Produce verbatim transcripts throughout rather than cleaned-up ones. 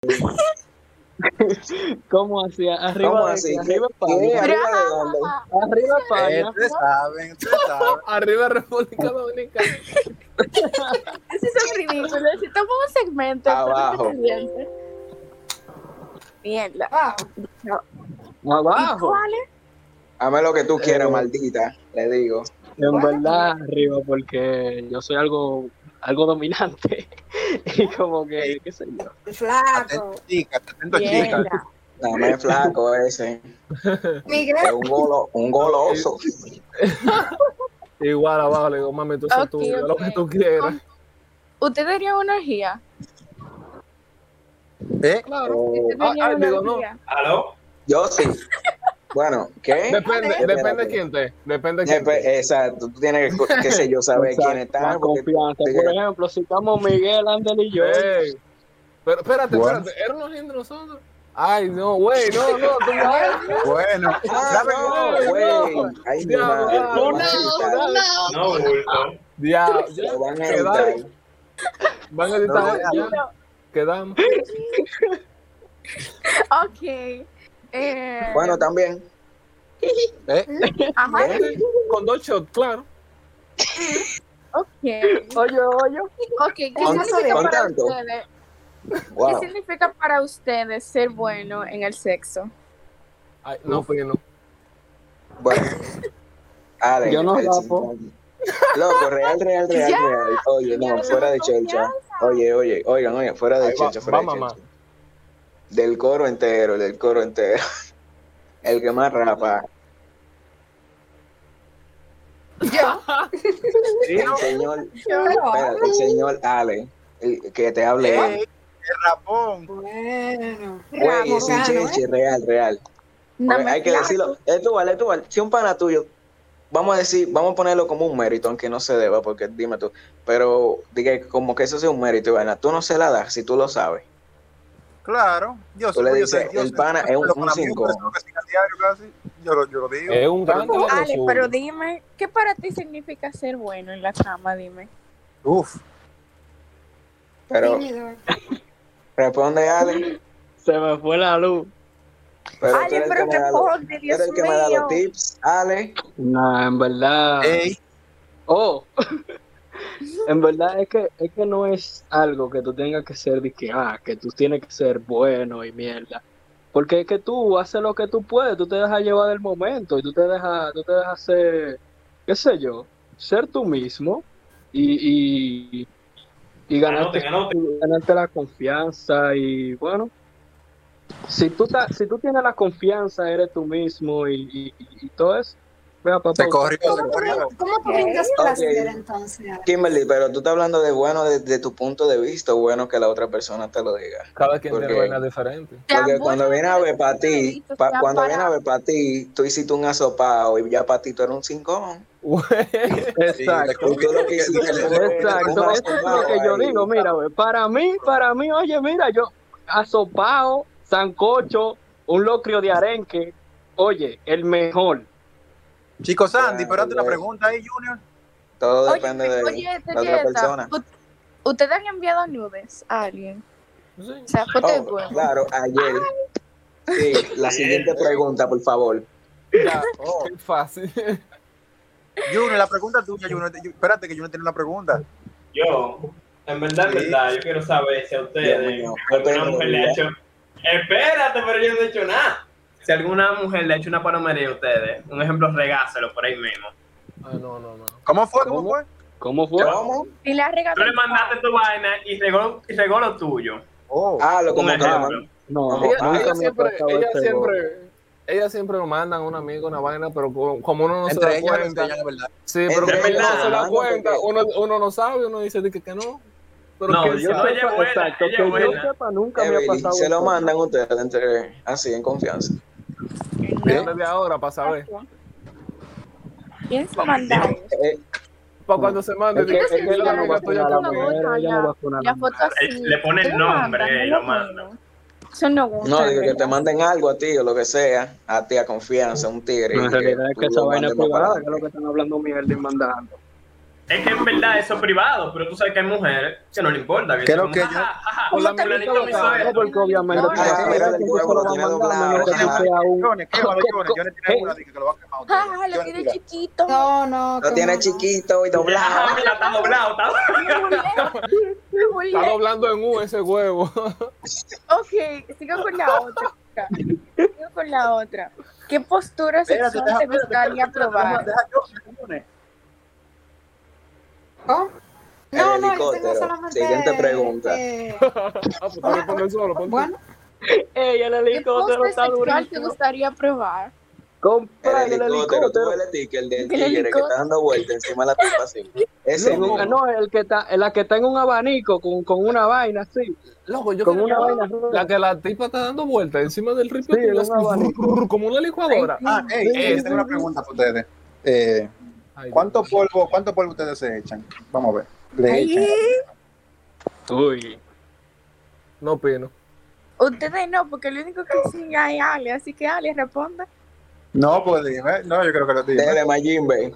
¿Cómo así? ¿Arriba ¿Cómo de así? qué? ¿Arriba ¿Qué? España? ¿Arriba de dónde? ¿Arriba Eh, España? ustedes saben, ustedes saben. Arriba República Dominicana. Eso es ridículo. Necesitamos un segmento. Abajo. Caliente. Mierda. Wow. Abajo. ¿Cuál es? Hazme lo que tú quieras, Eh. maldita, le digo. En verdad, arriba, porque yo soy algo, algo dominante. Y como que, qué sé yo. Flaco. Atento, chicas, atento, chicas. Mierda. Dame flaco ese. Es Miguel. un golo, un goloso. Igual abajo le digo, mami, tú haces Ok, tú, haz ok. lo que tú quieras. ¿Usted daría una orgía? ¿Eh? Claro. ¿Usted Ah, daría ah, una digo, no. orgía? ¿Aló? Yo sí. Bueno, ¿qué? Depende, Espérate. depende de quién te. Depende de quién Jefe, te. Exacto, tú tienes que, qué sé yo, saber Exacto, quién está. más porque- confianza. Por ejemplo, si estamos Miguel, Ángel y yo. Ey. Pero espérate, Bueno. espérate. ¿Era una gente de nosotros? Ay, no, güey, no, no, tú me Bueno, Ah, ¿saben? no, güey. Ay, mi Diablo, madre. no, lo van a no, editar. No, bulto. Ya, ya, Lo van a quedamos. editar. Van a editar, No, ya, quedamos. Ok. Eh, Bueno, también. ¿Eh? ajá. ¿eh? Con dos shots, claro. Ok. Oye, oye. Ok, ¿qué Con- significa con para tanto. ustedes? Wow. ¿Qué significa para ustedes ser bueno en el sexo? Ay, no, fino. Bueno. Ale, Yo no el rapo. cincuenta. Loco, real, real, real, Ya, real. Oye, no, señora, fuera de confianza. chelcha. Oye, oye, oigan, oigan, fuera de Ahí va, chelcha, fuera va, de mamá. chelcha. Del coro entero, del coro entero. El que más rapa. El señor, espera, el señor Ale, el que te hable. ¡Ey! ¡El rapón! Bueno. Güey, es un Bacano, ¿eh? chelche real, real. No Porque me hay que flaco. decirlo. Es tu vale, es tu vale. Si un pana tuyo, vamos a decir, vamos a ponerlo como un mérito, aunque no se deba, porque dime tú. Pero diga como que eso sea un mérito, y vaina. Tú no se la das si tú lo sabes. Claro, yo Tú le yo dices, yo el pana es un- pero un para mí, cinco. por eso lo que hacía a diario casi, yo lo, yo lo digo. Es un grande de lo Ale, suyo. pero dime, ¿qué para ti significa ser bueno en la cama? Dime. Uf, Pero Tímido. responde Ale. Se me fue la luz. Pero tú Ale, eres el pero que me da los- responde, tú Dios eres el que me da mío. los tips, Ale. No, en verdad. ey, Oh. En verdad es que es que no es algo que tú tengas que ser de que ah, que tú tienes que ser bueno y mierda. Porque es que tú haces lo que tú puedes, tú te dejas llevar del momento y tú te dejas, tú te dejas ser, qué sé yo, ser tú mismo y, y, y ganarte, Anoten, anoten. ganarte la confianza y bueno, si tú, ta- si tú tienes la confianza, eres tú mismo y, y, y todo eso, vea papá. se corrió, se ¿Cómo tú, corrió. cómo tú Ok. brindas Ok. placer entonces? Ale? Kimberly, pero tú estás hablando de bueno desde tu punto de vista o bueno que la otra persona te lo diga. Cada quien Porque- tiene vainas diferentes. Sea Porque bueno cuando viene a desde ver tu para punto de ti, vista, pa- sea cuando para- viene a ver para ti, tú hiciste un asopado y ya para ti tú eres un cincón. Exacto. Y tú lo que hiciste fue un Exacto, eso es lo asopado que yo ahí. digo, mira, güey, para mí, para mí, oye, mira, yo, asopao, sancocho, un locrio de arenque, oye, el mejor. Chico Sandy, Ya, pero hazte una ya. pregunta ahí, Junior. Todo Oye, depende de oye, la otra Tenieta, persona. ¿ut- ¿ustedes han enviado nudes a alguien? Sí. O sea, fotos de Oh, huevo. claro, ayer. Sí, la siguiente pregunta, por favor. Ya, Oh. qué fácil. Junior, la pregunta tuya, Junior. Yo- Espérate que Junior tiene una pregunta. Yo, en verdad, en Sí. verdad, yo quiero saber si a Dios ustedes mío, alguna no te mujer le ha digas. hecho. Espérate, pero yo no he hecho nada. Si alguna mujer le ha hecho una palomería a ustedes, un ejemplo, regáselo por ahí mismo. Ah, no, no, no. ¿Cómo fue? ¿Cómo, ¿Cómo? fue? ¿Cómo fue? ¿Cómo? Y la regalo. Tú le mandaste tu vaina y regó, y regó lo tuyo. Oh. Ah, lo Un como que ejemplo. man- No, Ella- Ella, nunca ella me ha siempre, pasado ella ese siempre, ella siempre lo mandan a un amigo una vaina, pero como, como uno no se Entre da ellas lo cuenta. enseñan, es verdad. Sí, pero Entre como uno ellas no se se lo da mandan cuenta, porque- uno, uno no sabe, uno dice de que, que no. Pero No, que Que él yo no, sabe. ella es sepa, buena, exacto, ella que es yo buena. sepa, nunca me ha Evelyn, pasado se lo eso. mandan ustedes entre así en confianza. Fíjate de ahora para saber. ¿Quién se manda eso? Eh, Para cuando se mande, Es que, diga, es que "Sí, yo ella no va a estoy poner a la aquí". no mujer, gusta, ella ya. no va a poner a La la foto mujer. así. Le pone el Ustedes nombre mandan, y es lo bueno. Eso no gusta. no, digo que ¿verdad? te manden algo a ti o lo que sea, a ti a confianza, un tigre. No, y en realidad es tú que esa lo vaina es mandes más para privada, que es lo que adelante. están hablando mierda y mandando. Es que en verdad eso es privado, pero tú sabes que hay mujeres que no le importa. Que ¿Qué es dicen lo que como, yo- "Ja, ja, ja, Por la fulanito mitad me hizo no, esto". porque obviamente No, tú no, sabes no, que era la del gente huevo, se lo lo va a tiene mandar, doblado, menos que tú ajá. seas un- Johnny, ¿qué vale, Johnny? Johnny tiene una que lo va a quemar a ustedes. Ajá, lo Johnny, tiene mira. chiquito. No, no. Lo que tiene no, no. chiquito y Ajá, doblado. mira, está doblado, está doblado. Está doblando en U ese huevo. Ok, sigo con la otra. Sigo con la otra. ¿Qué postura Espérate, sexual deja- te espérate, gustaría espérate, espérate, probar? deja- deja yo, Johnny. ¿Oh? El No, no, yo tengo helicóptero. solamente. Siguiente pregunta. eh, Ah, pues tú respondes solo, ponte. bueno, Ey, el ¿Qué helicóptero postre está sexual te durísimo. gustaría probar? Compra El el helicóptero, tú helicóptero. ves el ticket, el del El tigre que helicóptero. está dando vuelta encima de la tipa así. Ese En un- mismo. no, el que está, la que está en un abanico con, con una vaina así, Loco, yo con creo una que vaina roja. la que la tipa está dando vueltas encima del rifle Sí, tuyo, en un así, abanico. brrr, como una licuadora. Ah, hey, Sí, hey, sí, tengo una sí. pregunta para ustedes. Eh, Ay, ¿Cuánto polvo, cuánto polvo ustedes se echan? Vamos a ver. Le Ay, echan. Uy. no opino. ustedes no, porque lo único que sí hay es Ale, así que Ale responda. No, pues dime. No, yo creo que lo dime. Dele Majimbe.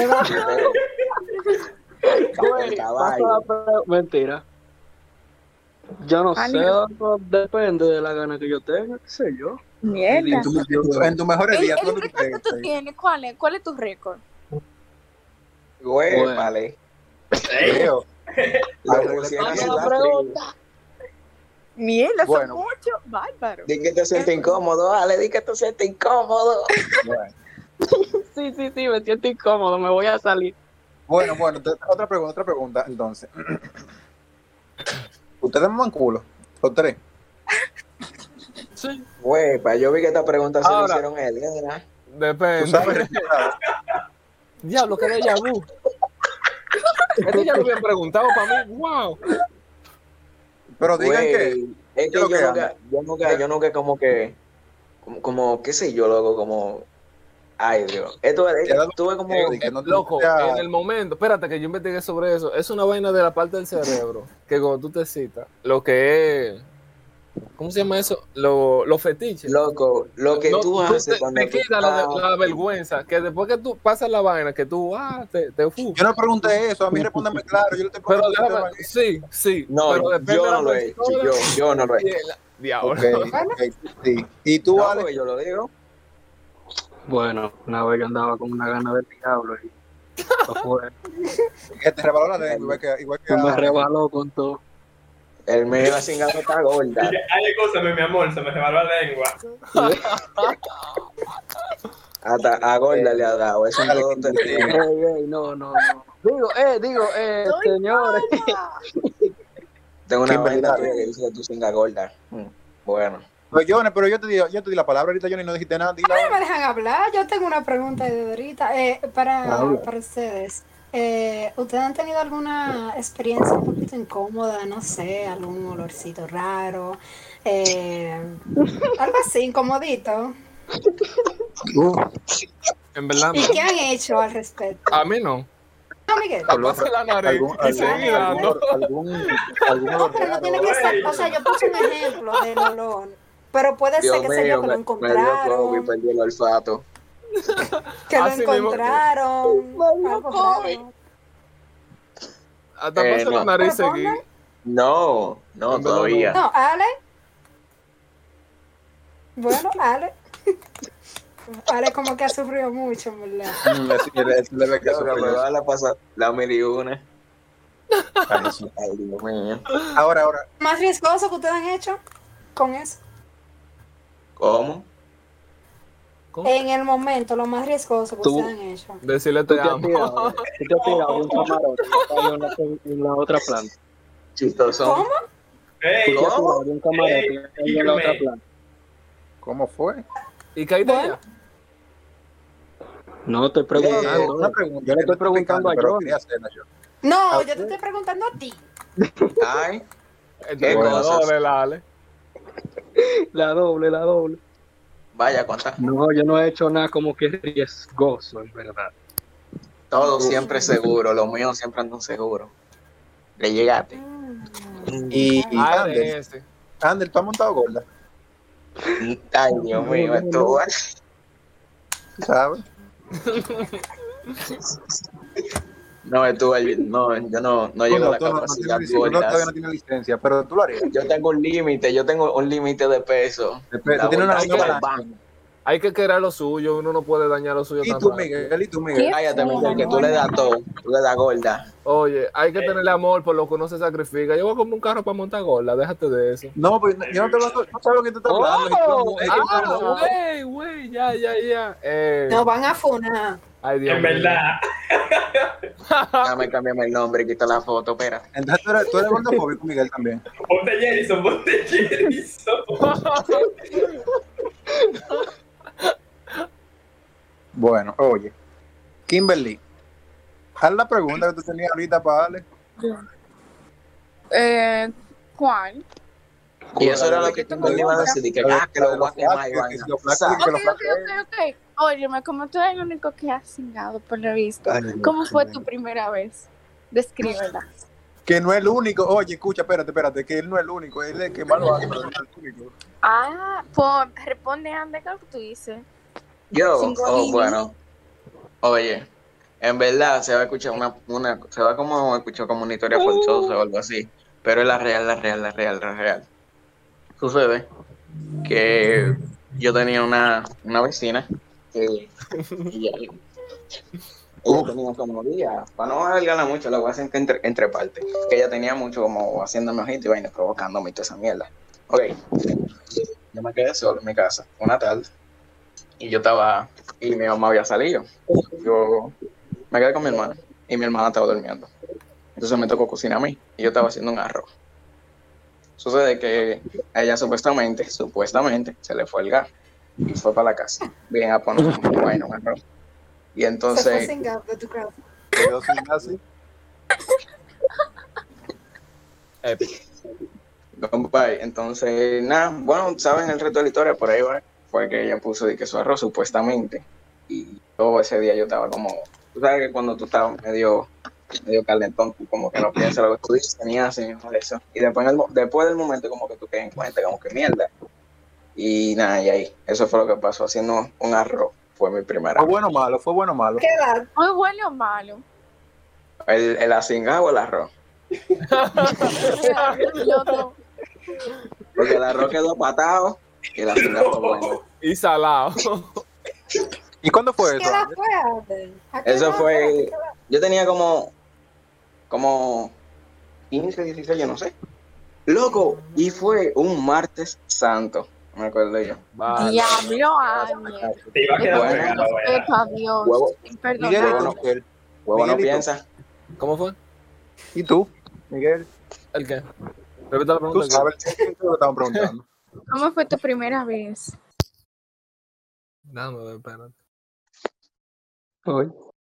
Güey, paso la pre- Mentira. Yo no Ah, sé, mira. no, depende de la gana que yo tenga, qué sé yo. Mierda. En tu, en tu mejor El, día, el ¿cuánto récord que te tú echas? tienes, ¿cuál es? ¿Cuál es tu récord? Güey, Bueno. vale. Creo. Lo Ay, pusieron Paso así la la pregunta. Mierda, Bueno. son muchos. Bárbaro. Di que te sientes incómodo, vale, di que te sientes incómodo. Bueno, Sí, sí, sí, me siento incómodo, me voy a salir. bueno, bueno, te- otra pregunta, otra pregunta, entonces. ¿Ustedes maman culo? Los tres. Sí. Güey, pa, yo vi que esta pregunta se la Ahora. hicieron a él, ¿verdad? ¿Tú Depende. sabes? Diablo, que de vu. Esto ya lo habían preguntado para mí. Wow. Pero digan Güey, que... es ¿qué que es lo yo que nunca, anda? yo nunca, yo nunca como que, como, como, qué sé yo, loco, como, ay Dios, esto es, Ya lo- tuve como, Eh, que no te- Loco, ya- en el momento, espérate que yo investigué sobre eso. Es una vaina de la parte del cerebro que cuando tú te citas, lo que es, ¿cómo se llama eso? Lo- Los fetiches. loco, lo que No, tú haces te, cuando te tú quita la, estás- la vergüenza, que después que tú pasas la vaina, que tú, ah, te, te fu. Yo no pregunté eso, a mí respóndeme claro, yo le estoy Pero preguntando. déjame, sí, sí. no, pero depende yo de la no lo he hecho, persona yo, yo no lo he y hecho. el- Diablo. Ok, ok, sí. ¿Y tú, No, Ale? porque yo lo digo. Bueno, una vez yo andaba con una gana del diablo y eso fue, Que te rebaló la lengua, igual que, igual que se me a- rebaló con todo. El mío sin gato está gorda. Ay, escúchame, mi amor, se me rebaló la lengua. Hasta a gorda le ha dado, eso no lo tenía. Ey, ey, no, no, no. Digo, eh, digo, eh, Soy señores. mala. Tengo una Kimberly, vaina dale. tuya que dice que tú sin gorda. Mm, Bueno. Pues, Johnny, pero yo te, di, yo te di la palabra ahorita, Johnny, no dijiste nada. Dila no me ahora. dejan hablar. Yo tengo una pregunta de ahorita eh, para, Habla. para ustedes. Eh, ¿Ustedes han tenido alguna experiencia un poquito incómoda? No sé, algún olorcito raro, eh, algo así, incomodito. En verdad, ¿Y qué han hecho al respecto? a mí no. No, Miguel. Taparse la nariz Algún, y seguir algún, dando. algún, algún No, olor pero no raro. tiene que ser, o sea, yo puse un ejemplo del olor, pero puede Dios ser que se yo mío, que me, lo me dio COVID y encontraron, perdí el olfato. que lo Así mismo. encontraron, algo raro. A taparse Eh, no. la nariz y Pero seguir. ponle- No, no, En verdad todavía. No, Ale. Bueno, Ale. Ale como que ha sufrido mucho, en verdad. Mm, es- es- es leve que Creo que me sufre va a la pasar la mil y una. eso. Ay, sí. Ay, Dios mío. Ahora, ahora, ¿Más riesgoso que ustedes han hecho con eso? ¿Cómo? ¿Cómo? En el momento, lo más riesgoso que Tú- ustedes han hecho. Decirle Tú te te has amo. tirado, tú te has tirado de un camarote que está en la, en la otra planta. Chistoso. ¿Cómo? Tú Ey, te has ¿Cómo? tirado de un camarote que está en la otra planta. ¿cómo fue? ¿Y caíste Bueno. allá? No, estoy preguntando. Una pregunta. Yo le estoy preguntando a pero John. quería hacerla yo. No, yo te estoy preguntando a ti. Ay, Entonces, Qué no, cosas. de la Ale. La doble, la doble. vaya, cuántas. No, yo no he hecho nada como que riesgoso, en verdad. Todo siempre seguro, los míos siempre andan seguros. Le llegaste. Y, y Ah, Ander, de ese. Ander, ¿tú has montado gorda? Ay, Dios mío, esto. ¿Sabes? No, tú, no, yo no, no llego a la Tú no, tú no, no capacidad tienes licencia, tú no- todavía gordas. no tienes licencia, pero tú lo harías. Yo tengo un límite, yo tengo un límite de peso. Después, La tú tienes una gorda línea se para va. Hay que querer lo suyo, uno no puede dañar lo suyo Y tan tú, rápido. Miguel, y tú, Miguel. ¿Qué? Cállate, Miguel, que tú le das todo, tú le das gorda. Oye, hay que tenerle amor por lo que uno se sacrifica. Yo voy a comprar un carro para montar gorda, déjate de eso. No, pues yo no te hablo, no sabes lo que tú estás hablando. es que Oh, es que- Ah, güey, güey, ya, ya, ya. Eh, Nos van a funar. ay, Dios En mío. verdad. Déjame cambiarme el nombre y quita la foto, espera. Entonces tú eres, tú eres gordofóbico, Miguel, también. Ponte Jerison, ponte Jerison. Bueno, oye, Kimberly, haz la pregunta que tú tenías ahorita para darle. Eh, ¿Cuál? Y eso era lo que Yo tú me ibas a decir, y que, ah, que lo voy a quemar y Que vaina. si los flacos, Sa- que los Ok, ok, flacos- ok, ok. Óyeme, como tú eres el único que has cingado por lo visto, Ay, Dios ¿cómo fue mío. tu primera vez? Descríbela. Que no es el único. Oye, escucha, espérate, espérate, que él no es el único, él es el que más lo hace, pero no es el único. Ah, pues responde antes que lo que tú dices. Yo, Cinco oh, líneas. bueno. Oye, en verdad se va a escuchar una, una se va como a escuchar como una historia forzosa o algo así, pero es la real, la real, la real, la real. Sucede que yo tenía una, una vecina que ella, ella tenía como día, para no alargarla mucho, la voy a hacer entre, entre partes, que ella tenía mucho como haciéndome ojitos y vaina, provocándome y toda esa mierda. Ok, yo me quedé solo en mi casa una tarde y yo estaba, y mi mamá había salido. Yo me quedé con mi hermana y mi hermana estaba durmiendo. Entonces me tocó cocinar a mí y yo estaba haciendo un arroz. Sucede que a ella supuestamente, supuestamente, se le fue el gas y fue para la casa. Bien a poner un vaina, un arroz. Y Se fue entonces, sin gas de tu casa. Quedó sin así. Épico. compadre, entonces, nada, bueno, saben el resto de la historia, por ahí va. Fue que ella puso de que su arroz supuestamente. Y todo ese día yo estaba como, tú sabes que cuando tú estás medio, medio calentón, tú como que no piensas lo que tú dices, ni haces, ni nada de eso. Y después, en el mo- después del momento como que tú quedas en cuenta, como que mierda. Y nada, y ahí, eso fue lo que pasó, haciendo un arroz. Fue mi primera. Fue bueno o malo, fue bueno o malo. ¿Qué edad? ¿Muy bueno o malo? El, el acingado o el arroz. El otro. Porque el arroz quedó patado y el acingado fue bueno. Y salado. ¿Y cuándo fue ¿Qué eso? edad fue, Abel? ¿A qué Eso edad fue, ¿Qué edad? yo tenía como, como quince, dieciséis, yo no sé. Loco, y fue un martes santo, me acuerdo yo. Vale. Diablo, Ángel. Te iba a quedar Bueno. pegado, ¿verdad? Respeto a Dios. Huevo. Miguel, Imperdonable. ¿y Bueno. tú, Miguel? Huevo no Miguelito. piensa. ¿Cómo fue? ¿Y tú, Miguel? ¿El qué? Repita la Tú pregunta. sabes, ¿qué te lo estaban preguntando? ¿Cómo fue tu primera vez? Dame, ver, espérate. Hoy.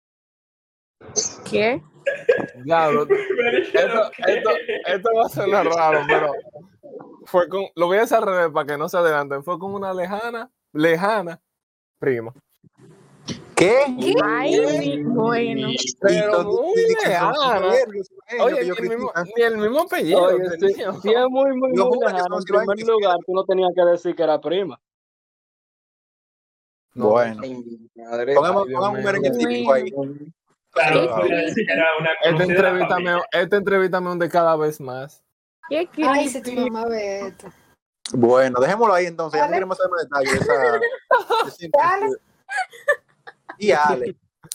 ¿Qué? Diablo, esto, esto, esto va a sonar raro, pero fue con, lo voy a hacer al revés para que no se adelanten. Fue con una lejana, lejana prima. ¿Qué? Ay, bueno. Pero todo- muy y que son lejana. superhéroes, eh, lo Oye, que ni yo el, mismo, critico. ni el mismo apellido. Oye, si, tenía. si es muy, muy, Yo muy juro que lejano, son en primer vainas que- lugar, tú no tenías que decir que era prima. No. Bueno, Ay, mi madre. pongamos, Ay, Dios pongamos un mío. merengue típico ahí. Claro, Qué podría decir que era una Esta conocida entrevista, me, familia. esta entrevista me hunde cada vez más. ¿Qué Ay, si tu creepy. mamá ve esto. Bueno, dejémoslo ahí entonces. Ya no Dale. queremos saber más detalles de esa. de ese- Dale. Y Ale.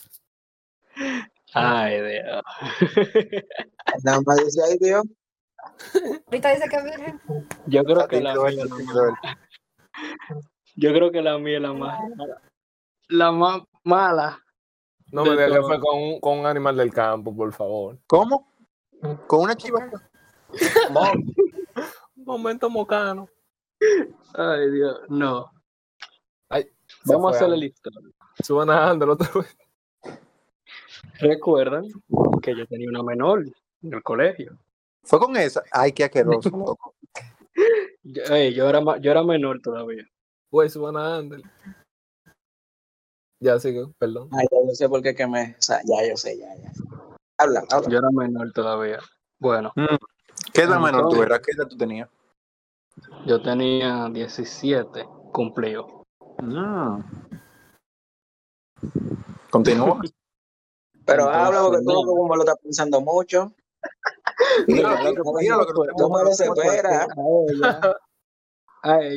Ay, Dios. Nada más dice, ay, Dios. Ahorita dice que es virgen. Yo creo Está que la tímido mía él, es la tímido él. más, yo creo que la mía es la más la más mala. No De me digas que todo. fue con un, con un animal del campo, por favor. ¿Cómo? ¿Con una chiva? Un momento mocano. Ay, Dios, no. Ay, se Vamos a fue hacerle algo. la historia. Suban a Ander otra vez. Recuerdan que yo tenía una menor en el colegio. ¿Fue con esa? Ay, qué asqueroso, loco. Yo, ey, yo, era, ma- yo era menor todavía. Pues suban a Ander. Ya sigue, perdón. Ay, ya yo sé por qué que me, o sea, ya yo sé, ya, ya. Habla, habla. Yo era menor todavía. Bueno, ¿Qué edad menor tú Entonces- eras? ¿Qué edad tú tenías? yo tenía diecisiete cumplido. Mm. Continúa. Pero Entonces, habla porque tú nada. como lo estás pensando mucho. Mira, Mira, lo que mira lo que pasó fue- Tú me lo que pasó fue que desesperas. a ella, a ella